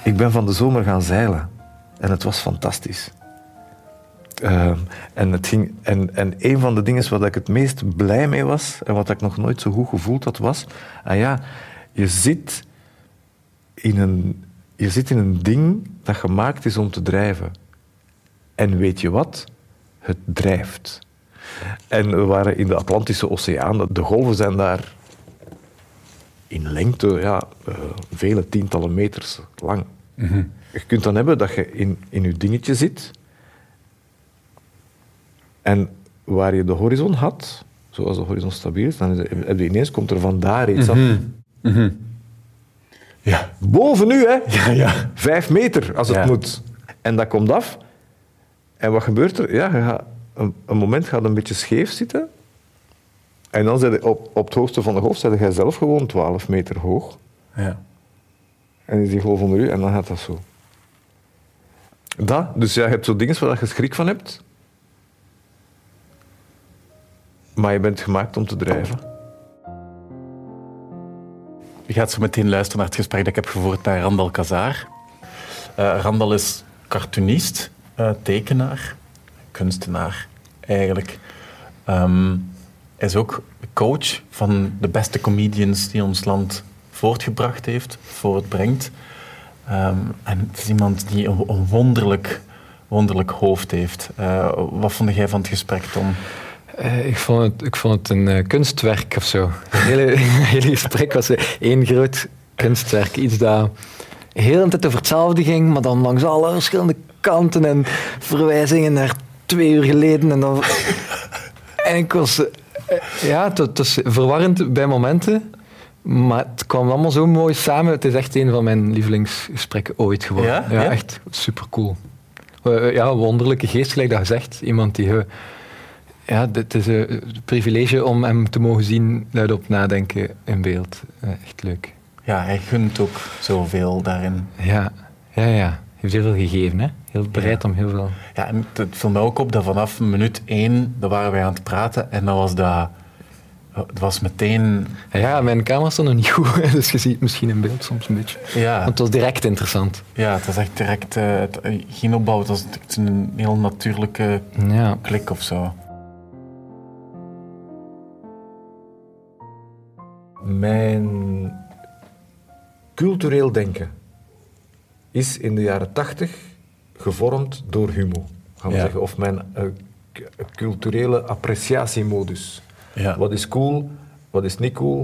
Ik ben van de zomer gaan zeilen. En het was fantastisch. En een van de dingen waar ik het meest blij mee was, en wat ik nog nooit zo goed gevoeld had, was... je zit in een ding dat gemaakt is om te drijven. En weet je wat? Het drijft. En we waren in de Atlantische Oceaan. De golven zijn daar in lengte vele tientallen meters lang. Mm-hmm. Je kunt dan hebben dat je in je dingetje zit en waar je de horizon had, zoals de horizon stabiel is, dan heb je ineens komt er vandaar iets af. Mm-hmm. Ja. Boven u, hè? Ja. 5 meter, als het moet. En dat komt af. En wat gebeurt er? Ja, je gaat een moment gaat een beetje scheef zitten. En dan zit je op het hoogste van de golf zit je zelf gewoon 12 meter hoog. Ja. En is die golf onder u en dan gaat dat zo. Dus je hebt zo dingen waar je schrik van hebt. Maar je bent gemaakt om te drijven. Je gaat zo meteen luisteren naar het gesprek dat ik heb gevoerd met Randal Kazar. Randal is cartoonist, tekenaar, kunstenaar eigenlijk. Hij is ook coach van de beste comedians die ons land voortgebracht heeft, voortbrengt. En het is iemand die een wonderlijk hoofd heeft. Wat vond jij van het gesprek, Tom? Ik vond het een kunstwerk of zo. Het hele gesprek was één groot kunstwerk. Iets dat heel de tijd over hetzelfde ging, maar dan langs alle verschillende kanten en verwijzingen naar 2 uur geleden. En ik was... het was verwarrend bij momenten, maar het kwam allemaal zo mooi samen. Het is echt een van mijn lievelingsgesprekken ooit geworden. Ja, echt supercool. Wonderlijke geest, gelijk dat gezegd. Iemand die... het is een privilege om hem te mogen zien, luidop nadenken in beeld. Echt leuk. Ja, hij gunt ook zoveel daarin. Ja. Hij heeft heel veel gegeven, hè? Heel bereid om heel veel... Ja, en het viel mij ook op dat vanaf minuut 1, daar waren wij aan het praten en dan was dat... Het was meteen... Ja, mijn camera stond nog niet goed, dus je ziet het misschien in beeld soms een beetje. Ja. Want het was direct interessant. Ja, het was echt direct... geen opbouw, het was een heel natuurlijke klik of zo. Mijn cultureel denken is in de jaren 80 gevormd door Humo, gaan we zeggen. Of mijn culturele appreciatiemodus. Ja. Wat is cool, wat is niet cool?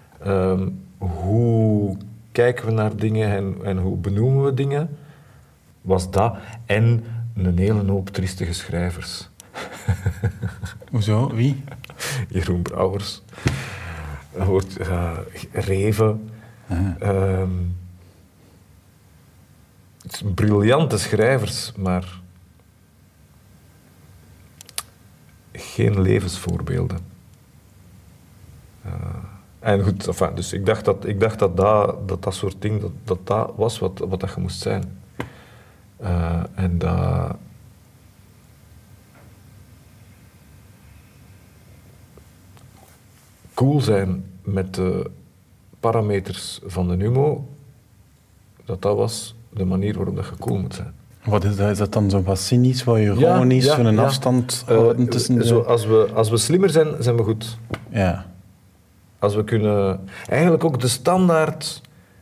Hoe kijken we naar dingen en hoe benoemen we dingen? Was dat. En een hele hoop triestige schrijvers. Hoezo? Wie? Jeroen Brouwers. Reven. Het zijn briljante schrijvers, maar geen levensvoorbeelden. En goed, dus ik dacht dat soort ding, dat was wat dat je moest zijn. En dat... cool zijn met de parameters van de Humo, dat was de manier waarop dat je cool moet zijn. Wat is dat? Is dat dan zo wat cynisch, wat ironisch, zo'n afstand houden tussen de... Als we slimmer zijn, zijn we goed. Ja. Als we kunnen... Eigenlijk ook de standaard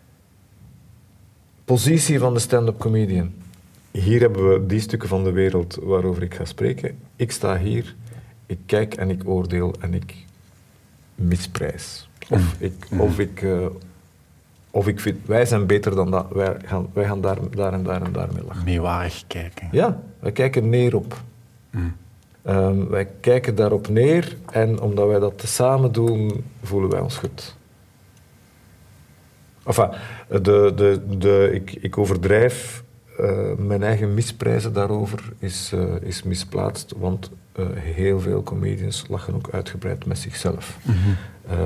positie van de stand-up comedian. Hier hebben we die stukken van de wereld waarover ik ga spreken. Ik sta hier, ik kijk en ik oordeel en ik misprijs. Of ik vind, wij zijn beter dan dat, wij gaan daar en daar en daar mee lachen. Meewarig kijken. Ja, wij kijken neer op. Wij kijken daarop neer en omdat wij dat samen doen, voelen wij ons goed. Enfin, ik overdrijf, mijn eigen misprijzen daarover is misplaatst, want heel veel comedians lachen ook uitgebreid met zichzelf. Mm-hmm.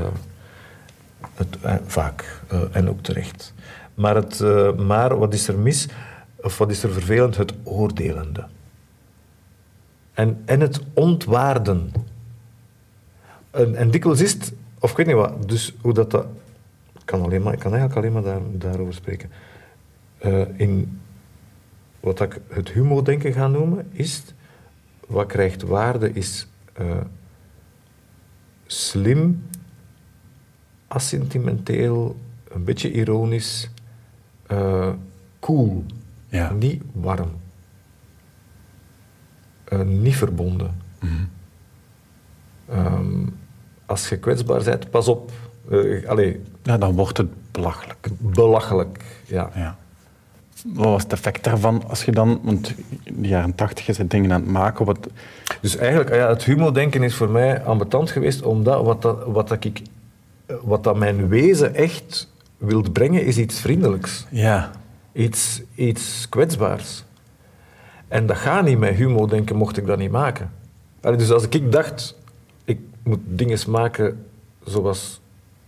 Vaak, en ook terecht. Maar wat is er mis, of wat is er vervelend? Het oordelende. En het ontwaarden. En dikwijls is het, of ik weet niet wat, dus hoe dat... Ik kan eigenlijk alleen maar daarover spreken. in wat ik het humodenken ga noemen, is wat krijgt waarde, is slim, asentimenteel, een beetje ironisch, cool, Ja. niet warm, niet verbonden. Als je kwetsbaar bent, pas op. Ja, dan wordt het belachelijk. Belachelijk, ja. Ja. Wat was het effect daarvan als je dan... Want in de jaren 80 is het dingen aan het maken. Dus eigenlijk, het humodenken is voor mij ambetant geweest, omdat wat dat mijn wezen echt wil brengen, is iets vriendelijks. Ja. Iets kwetsbaars. En dat gaat niet met humodenken, mocht ik dat niet maken. Dus als ik dacht, ik moet dingen maken zoals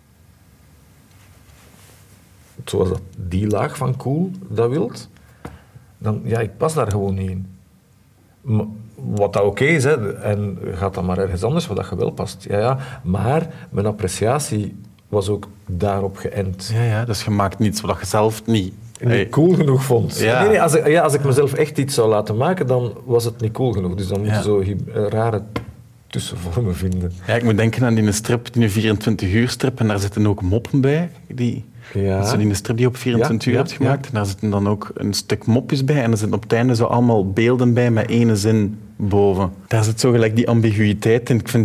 dat die laag van cool dat wilt, dan, ja, ik pas daar gewoon niet in. Wat dat oké is, hè, en gaat dan maar ergens anders, wat dat je wel past. Ja, maar mijn appreciatie was ook daarop geënt. Ja, dus je maakt niets wat je zelf niet... Niet cool genoeg vond. Ja. Nee, als ik mezelf echt iets zou laten maken, dan was het niet cool genoeg. Dus dan moet je zo rare tussenvormen vinden. Ja, ik moet denken aan die strip, die 24 uur strip, en daar zitten ook moppen bij. Dat is die strip die je op 24 uur hebt gemaakt. En daar zitten dan ook een stuk mopjes bij. En er zitten op het einde zo allemaal beelden bij met ene zin boven. Daar zit zo gelijk die ambiguïteit in. Ik vind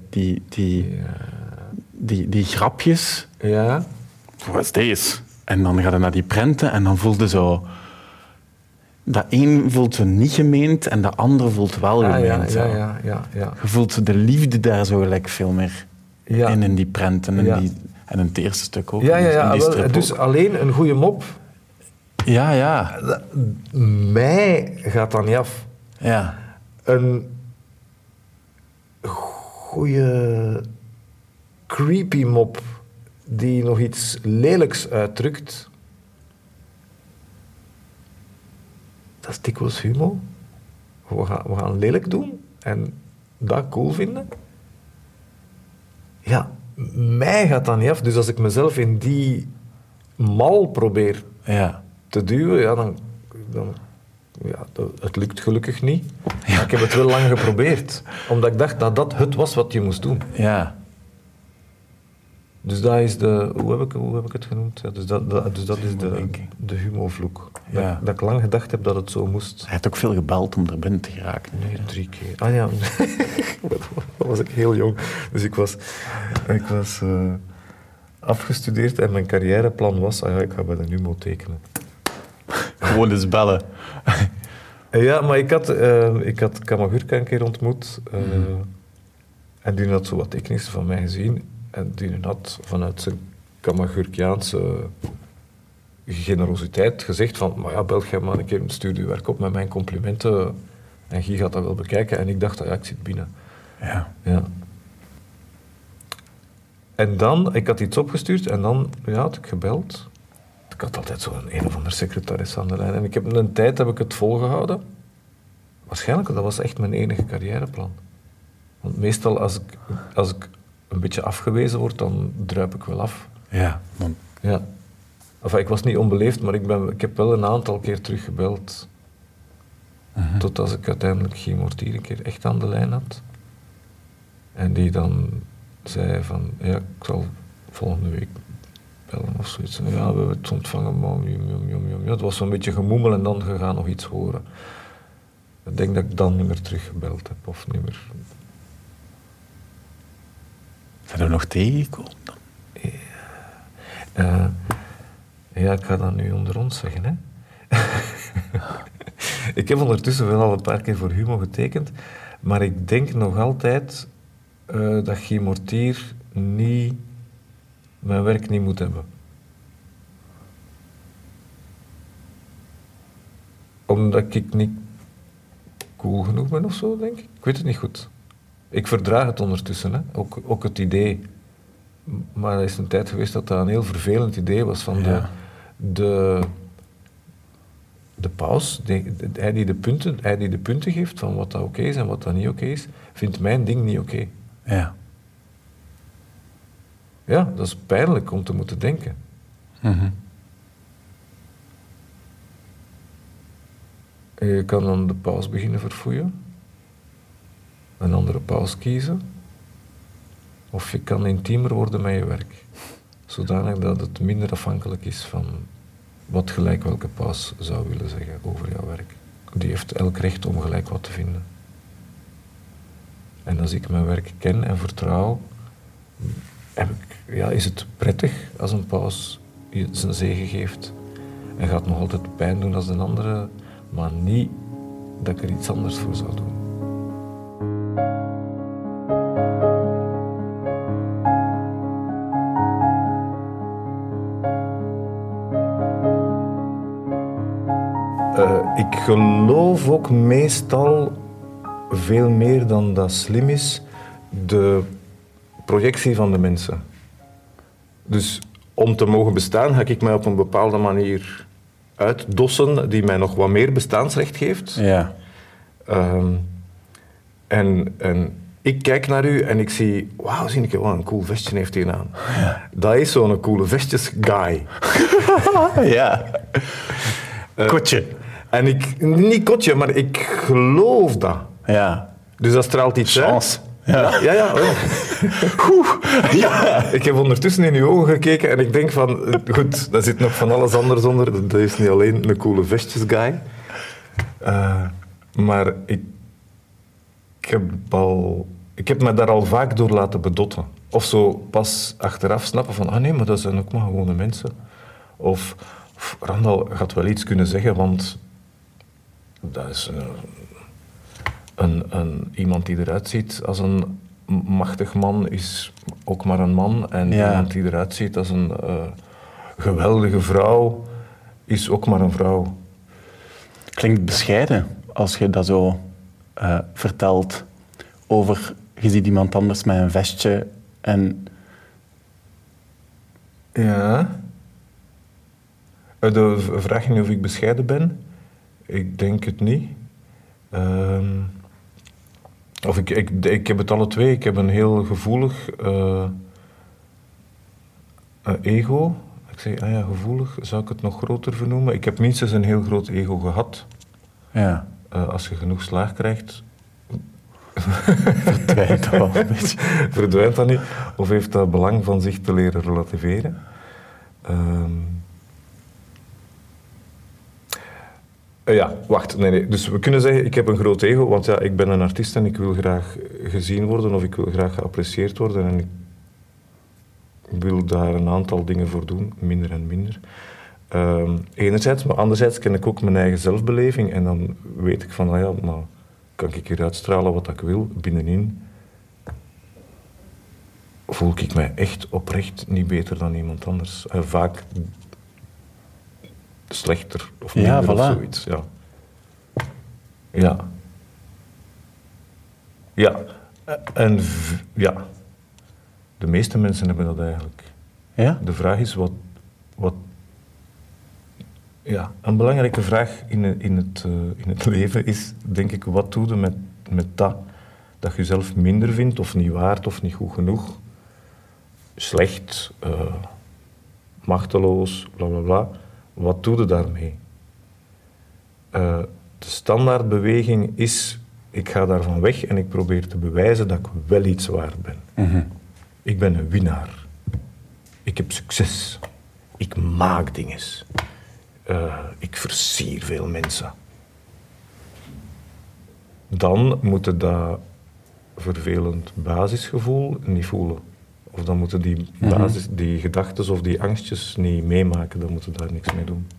die grapjes... Ja. Wat is deze? En dan ga je naar die prenten en dan voelde zo... Dat een voelt zo niet gemeend en de ander voelt wel gemeend. Ja. Je voelt de liefde daar zo gelijk veel meer in die prenten. En in het eerste stuk ook. Dus alleen een goede mop... Ja. Mij gaat dat niet af. Ja. Een goede creepy mop die nog iets lelijks uitdrukt, dat is dikwijls humor. We gaan lelijk doen en dat cool vinden. Ja, mij gaat dat niet af. Dus als ik mezelf in die mal probeer te duwen, dan het lukt gelukkig niet. Maar ik heb het wel lang geprobeerd. Omdat ik dacht dat dat het was wat je moest doen. Ja. Dus dat is de... Hoe heb ik het genoemd? Ja, dus dat is de humorvloek. Ja. Dat ik lang gedacht heb dat het zo moest. Hij heeft ook veel gebeld om er binnen te geraken. Nee, 3 keer. Ah ja, dat was ik heel jong. Dus ik was afgestudeerd en mijn carrièreplan was... ik ga bij de Numo tekenen. Gewoon eens bellen. Ja, maar ik had Kamagurka een keer ontmoet. En die had zo wat tekeningen van mij gezien. En die had vanuit zijn Kamagurkiaanse generositeit gezegd van... Maar ja, bel jij maar een keer, stuur je werk op met mijn complimenten. En Guy gaat dat wel bekijken. En ik dacht, ik zit binnen. Ja. En dan, ik had iets opgestuurd en dan had ik gebeld. Ik had altijd een of andere secretaris aan de lijn. En een tijd heb ik het volgehouden. Waarschijnlijk, dat was echt mijn enige carrièreplan. Want meestal als ik een beetje afgewezen word, dan druip ik wel af. Ja. Ja. Enfin, ik was niet onbeleefd, maar ik heb wel een aantal keer teruggebeld. Tot als ik uiteindelijk Guy Mortier een keer echt aan de lijn had. En die dan zei van, ik zal volgende week bellen of zoiets. En we hebben het ontvangen, maar het was zo'n beetje gemoemel en dan je gaat nog iets horen. Ik denk dat ik dan niet meer teruggebeld heb, of niet meer... Zijn er nog tegengekomen dan? Ik ga dat nu onder ons zeggen, hè. Ik heb ondertussen wel al een paar keer voor Humo getekend, maar ik denk nog altijd dat Guy Mortier mijn werk niet moet hebben. Omdat ik niet cool genoeg ben of zo, denk ik. Ik weet het niet goed. Ik verdraag het ondertussen, hè. Ook het idee. Maar er is een tijd geweest dat een heel vervelend idee was van de paus, hij die de punten geeft van wat dat oké is en wat dat niet oké is, vindt mijn ding niet oké. Ja. Ja, dat is pijnlijk om te moeten denken. Je kan dan de paus beginnen verfoeien. Een andere paus kiezen. Of je kan intiemer worden met je werk. Zodanig dat het minder afhankelijk is van wat gelijk welke paus zou willen zeggen over jouw werk. Die heeft elk recht om gelijk wat te vinden. En als ik mijn werk ken en vertrouw, is het prettig als een paus je zijn zegen geeft. En gaat nog altijd pijn doen als een andere, maar niet dat ik er iets anders voor zou doen. Ik geloof ook meestal, veel meer dan dat slim is, de projectie van de mensen. Dus om te mogen bestaan, ga ik mij op een bepaalde manier uitdossen die mij nog wat meer bestaansrecht geeft. Ja. En ik kijk naar u en ik zie, wauw, zie ik, wat een cool vestje heeft hij aan. Ja. Dat is zo'n coole vestjes-guy. Ja. Kotje. En niet kotje, maar ik geloof dat. Ja. Dus dat straalt iets Chance. uit. Ja. Ja. Ik heb ondertussen in uw ogen gekeken en ik denk van, goed, daar zit nog van alles anders onder. Dat is niet alleen een coole vestjes-guy. Maar ik heb me daar al vaak door laten bedotten. Of zo pas achteraf snappen van, nee, maar dat zijn ook maar gewone mensen. Of Randal gaat wel iets kunnen zeggen, want dat is iemand die eruit ziet als een machtig man, is ook maar een man. En iemand die eruit ziet als een geweldige vrouw, is ook maar een vrouw. Klinkt bescheiden als je dat zo vertelt over, je ziet iemand anders met een vestje en... Ja. De vraag is of ik bescheiden ben. Ik denk het niet. Of ik heb het alle twee. Ik heb een heel gevoelig ego. Ik zeg, gevoelig, zou ik het nog groter vernoemen? Ik heb minstens een heel groot ego gehad. Ja. Als je genoeg slaag krijgt... Verdwijnt dat wel een beetje. Verdwijnt dat niet? Of heeft dat belang van zich te leren relativeren? Wacht. Nee. Dus we kunnen zeggen, ik heb een groot ego, want ik ben een artiest en ik wil graag gezien worden of ik wil graag geapprecieerd worden en ik wil daar een aantal dingen voor doen, minder en minder. Enerzijds, maar anderzijds ken ik ook mijn eigen zelfbeleving en dan weet ik van, maar kan ik hier uitstralen wat ik wil, binnenin voel ik mij echt oprecht niet beter dan iemand anders. Vaak slechter of minder of zoiets. En de meeste mensen hebben dat eigenlijk. Ja? De vraag is wat een belangrijke vraag in het leven is, denk ik, wat doe je met dat je jezelf minder vindt, of niet waard, of niet goed genoeg, slecht, machteloos, bla bla bla. Wat doe je daarmee? De standaardbeweging is, ik ga daarvan weg en ik probeer te bewijzen dat ik wel iets waard ben. Mm-hmm. Ik ben een winnaar. Ik heb succes. Ik maak dingen. Ik versier veel mensen. Dan moet je dat vervelend basisgevoel niet voelen. Of dan moeten die gedachten of die angstjes niet meemaken, dan moeten daar niks mee doen.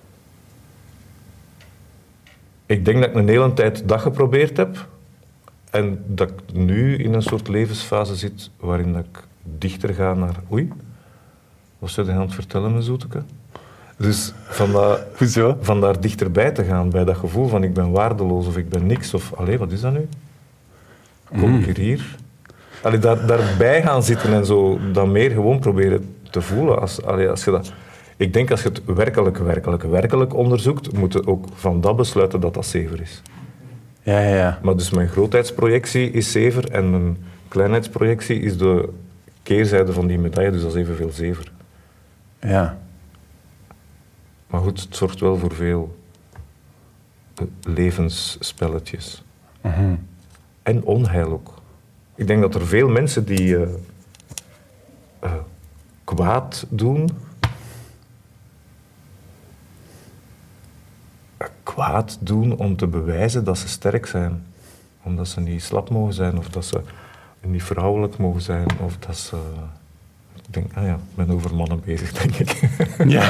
Ik denk dat ik een hele tijd dat geprobeerd heb en dat ik nu in een soort levensfase zit waarin dat ik dichter ga naar... Oei, wat zou je aan het vertellen, mijn zoeteke? Dus van daar dichterbij te gaan, bij dat gevoel van ik ben waardeloos of ik ben niks of... Allee, wat is dat nu? Kom ik hier? Allee, daarbij gaan zitten en zo dan meer gewoon proberen te voelen. Als je dat... Ik denk als je het werkelijk onderzoekt, moet je ook van dat besluiten dat dat zever is. Ja. Maar dus mijn grootheidsprojectie is zever en mijn kleinheidsprojectie is de keerzijde van die medaille, dus dat is evenveel zever. Ja. Maar goed, het zorgt wel voor veel levensspelletjes. En onheil ook. Ik denk dat er veel mensen die kwaad doen... kwaad doen om te bewijzen dat ze sterk zijn. Omdat ze niet slap mogen zijn, of dat ze niet vrouwelijk mogen zijn, of dat ze... Ik denk, ik ben over mannen bezig, denk ik. Ja.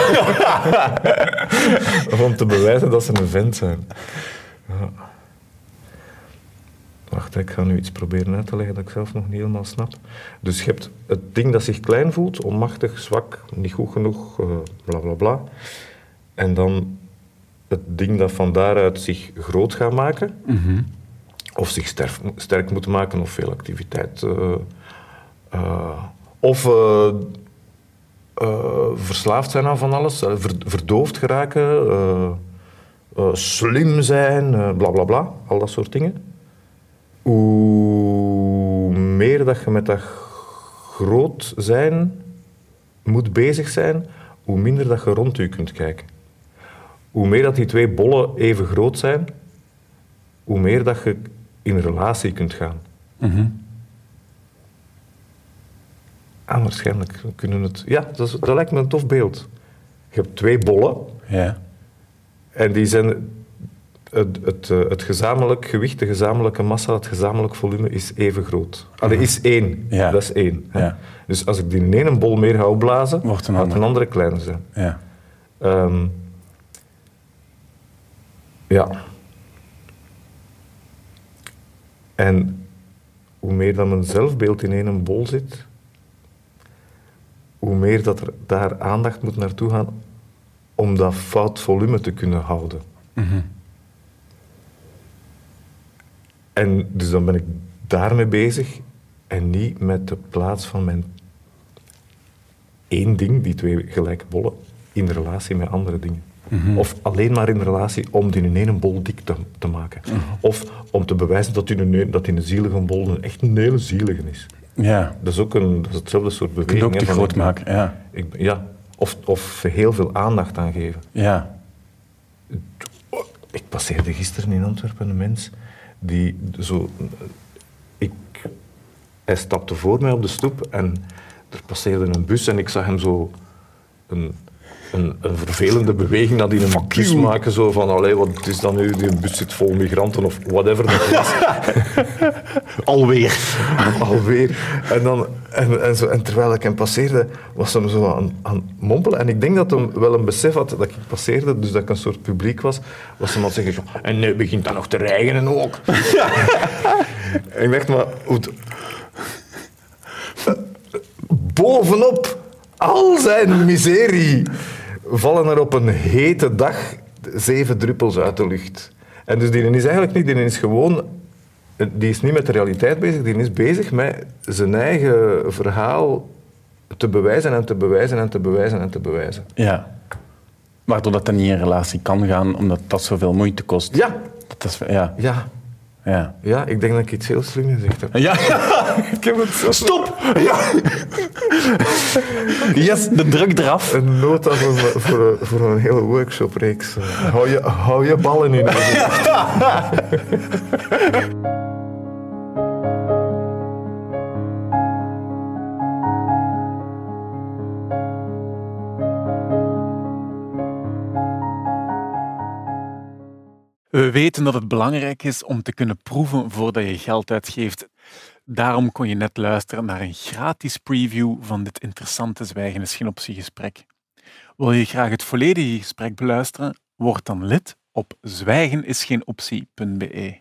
Of om te bewijzen dat ze een vent zijn. Ja. Wacht, ik ga nu iets proberen uit te leggen dat ik zelf nog niet helemaal snap. Dus je hebt het ding dat zich klein voelt, onmachtig, zwak, niet goed genoeg, bla bla bla. En dan het ding dat van daaruit zich groot gaat maken, of zich sterk moet maken, of veel activiteit, of verslaafd zijn aan van alles, verdoofd geraken, slim zijn, bla bla bla, al dat soort dingen. Hoe meer dat je met dat groot zijn moet bezig zijn, hoe minder dat je rond je kunt kijken. Hoe meer dat die twee bollen even groot zijn, hoe meer dat je in relatie kunt gaan. Waarschijnlijk kunnen het... Ja, dat lijkt me een tof beeld. Je hebt twee bollen. Ja. En die zijn... Het gezamenlijk gewicht, de gezamenlijke massa, het gezamenlijk volume is even groot. Allee, is 1. Ja. Dat is 1. Ja. Dus als ik die in één bol meer ga opblazen, Wordt een gaat andere. een andere kleiner zijn. Ja. Ja. En hoe meer dan mijn zelfbeeld in één bol zit, hoe meer dat er daar aandacht moet naartoe gaan om dat fout volume te kunnen houden. En dus dan ben ik daarmee bezig en niet met de plaats van mijn één ding, die twee gelijke bollen, in relatie met andere dingen. Of alleen maar in relatie om die in één bol dik te maken. Of om te bewijzen dat die een zielige bol echt een hele zielige is. Ja. Dat is ook dat is hetzelfde soort Je kunt beweging. ook te groot maken, ja. Ja. Of heel veel aandacht aan geven. Ja. Ik passeerde gisteren in Antwerpen een mens die zo... Hij stapte voor mij op de stoep en er passeerde een bus en ik zag hem zo een vervelende beweging naar die een bus maken. Zo van, allee, wat is dat nu? Die bus zit vol migranten of whatever dat is. Alweer. En terwijl ik hem passeerde, was hem zo aan mompelen. En ik denk dat hij wel een besef had dat ik passeerde, dus dat ik een soort publiek was hem aan het zeggen, en nu begint dat nog te regenen ook. En ik dacht, maar... bovenop al zijn miserie vallen er op een hete dag 7 druppels uit de lucht. En dus die is eigenlijk niet, die is gewoon... Die is niet met de realiteit bezig, die is bezig met zijn eigen verhaal te bewijzen en te bewijzen en te bewijzen en te bewijzen. Ja. Waardoor dat niet in relatie kan gaan, omdat dat zoveel moeite kost. Ja. Dat is, ja. Ja. Ja. Ja, ik denk dat ik iets heel slim gezegd heb. Ja. Ik heb het zo... Stop! Ja. Yes, de druk eraf. Een nota voor een hele workshopreeks. Hou je ballen in de lucht. We weten dat het belangrijk is om te kunnen proeven voordat je geld uitgeeft. Daarom kon je net luisteren naar een gratis preview van dit interessante Zwijgen is geen optie-gesprek. Wil je graag het volledige gesprek beluisteren? Word dan lid op zwijgenisgeenoptie.be.